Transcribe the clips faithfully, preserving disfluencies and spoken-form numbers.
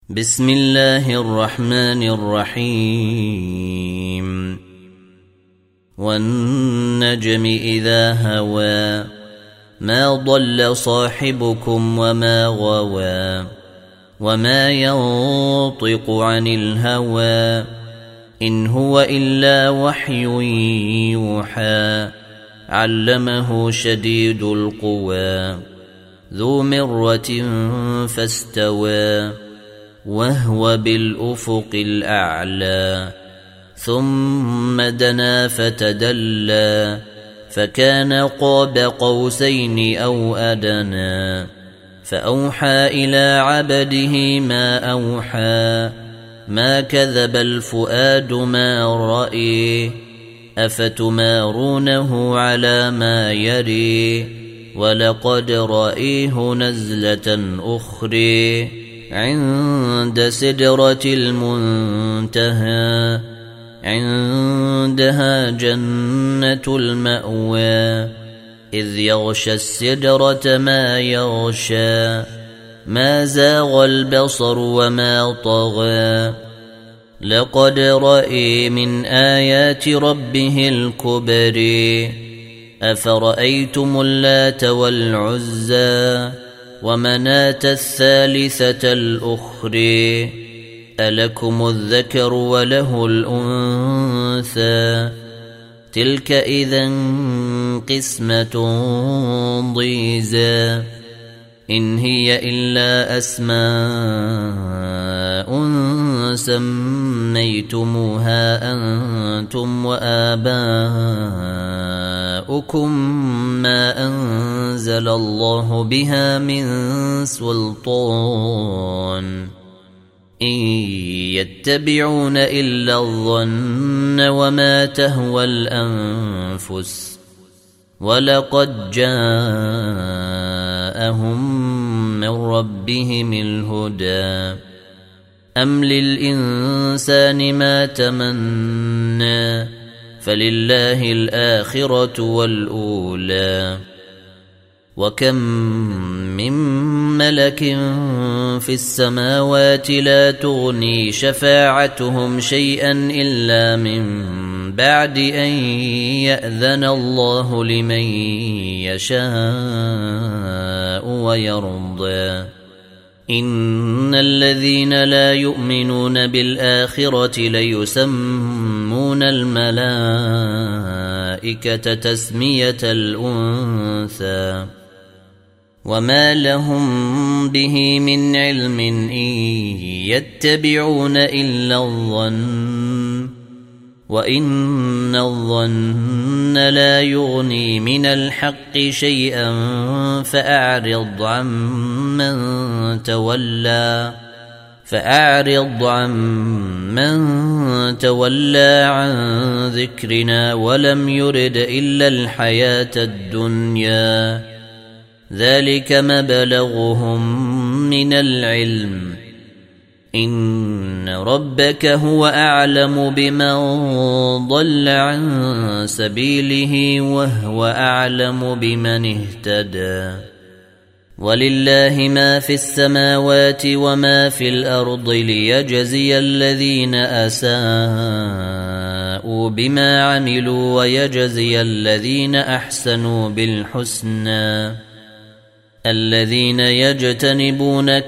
بسم الله الرحمن الرحيم والنجم إذا هوى ما ضل صاحبكم وما غوى وما ينطق عن الهوى إن هو إلا وحي يوحى علمه شديد القوى ذو مرة فاستوى وهو بالأفق الأعلى ثم دنا فتدلى فكان قاب قوسين أو أدنى فأوحى إلى عبده ما أوحى ما كذب الفؤاد ما رأي أفتمارونه على ما يري ولقد رأيه نزلة أخرى عند سدرة المنتهى عندها جنة المأوى إذ يغشى السدرة ما يغشى ما زاغ البصر وما طغى لقد رأى من آيات ربه الكبر أفرأيتم اللات والعزى ومناة الثالثة الأخرى ألكم الذكر وله الأنثى تلك إذا قسمة ضيزى إن هي إلا أسماء سميتموها أنتم وآباؤكم ما أنزل الله بها من سلطان إن يتبعون إلا الظن وما تهوى الأنفس ولقد جاءهم من ربهم الهدى أم للإنسان ما تمنى فلله الآخرة والأولى وكم من ملك في السماوات لا تغني شفاعتهم شيئا إلا من بعد أن يأذن الله لمن يشاء ويرضى إن الذين لا يؤمنون بالآخرة ليسمون الملائكة تسمية الأنثى وما لهم به من علم إن يتبعون إلا الظن وإن الظن لا يغني من الحق شيئا فأعرض عمن تولى فأعرض عمن تولى عن ذكرنا ولم يرد إلا الحياة الدنيا ذلك مبلغهم من العلم إن ربك هو أعلم بمن ضل عن سبيله وهو أعلم بمن اهتدى ولله ما في السماوات وما في الأرض ليجزي الذين أساءوا بما عملوا ويجزي الذين أحسنوا بالحسنى الذين يجتنبون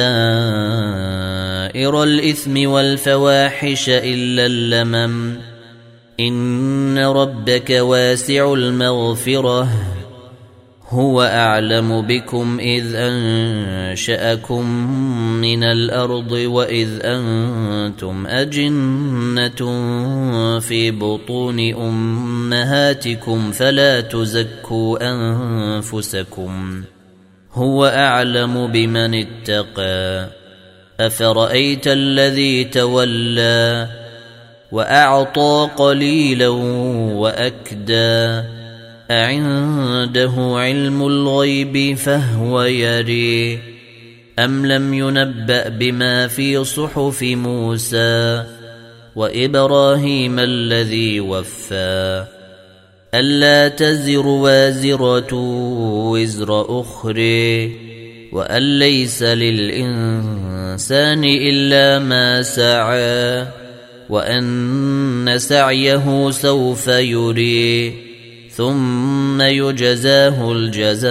كبائر الإثم والفواحش إلا اللمم إن ربك واسع المغفرة هو أعلم بكم إذ أنشأكم من الأرض وإذ أنتم أجنة في بطون أمهاتكم فلا تزكوا أنفسكم هو أعلم بمن اتقى أفرأيت الذي تولى وأعطى قليلا وأكدى أعنده علم الغيب فهو يري أم لم ينبأ بما في صحف موسى وإبراهيم الذي وفى ألا تزر وازرة وزر أخرى وأن ليس للإنسان الإنسان إلا ما سعى وأن سعيه سوف يري ثم يجزاه الجزاء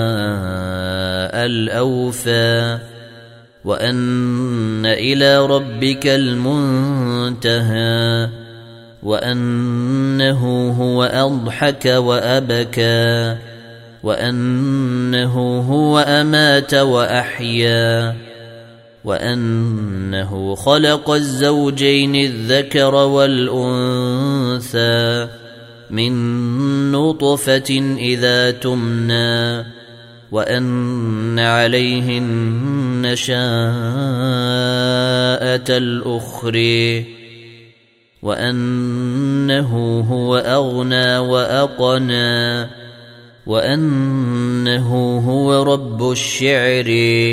الأوفى وأن إلى ربك المنتهى وأنه هو أضحك وأبكى وأنه هو أمات وأحيا وأنه خلق الزوجين الذكر والأنثى من نطفة إذا تمنى وأن عليه النشاءة الأخرى وأنه هو أغنى وأقنى وأنه هو رب الشعر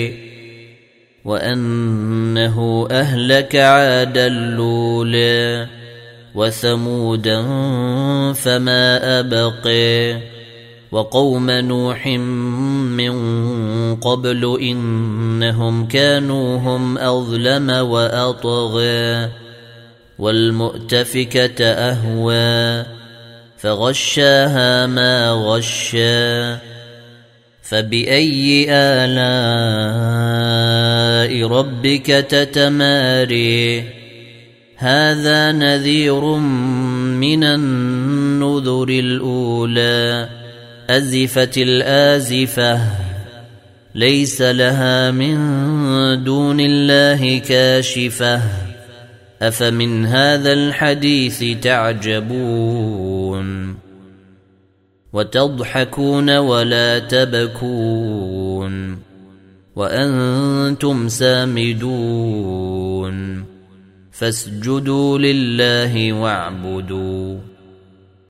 وأنه أهلك عادا الأولى وثمودا فما أبقى وقوم نوح من قبل إنهم كانوا هم أظلم وأطغى والمؤتفكة أهوى فغشاها ما غشى فبأي آلاء ربك تتماري هذا نذير من النذر الأولى أزفت الآزفة ليس لها من دون الله كاشفة أفمن هذا الحديث تعجبون وتضحكون ولا تبكون وأنتم سامدون فاسجدوا لله واعبدوا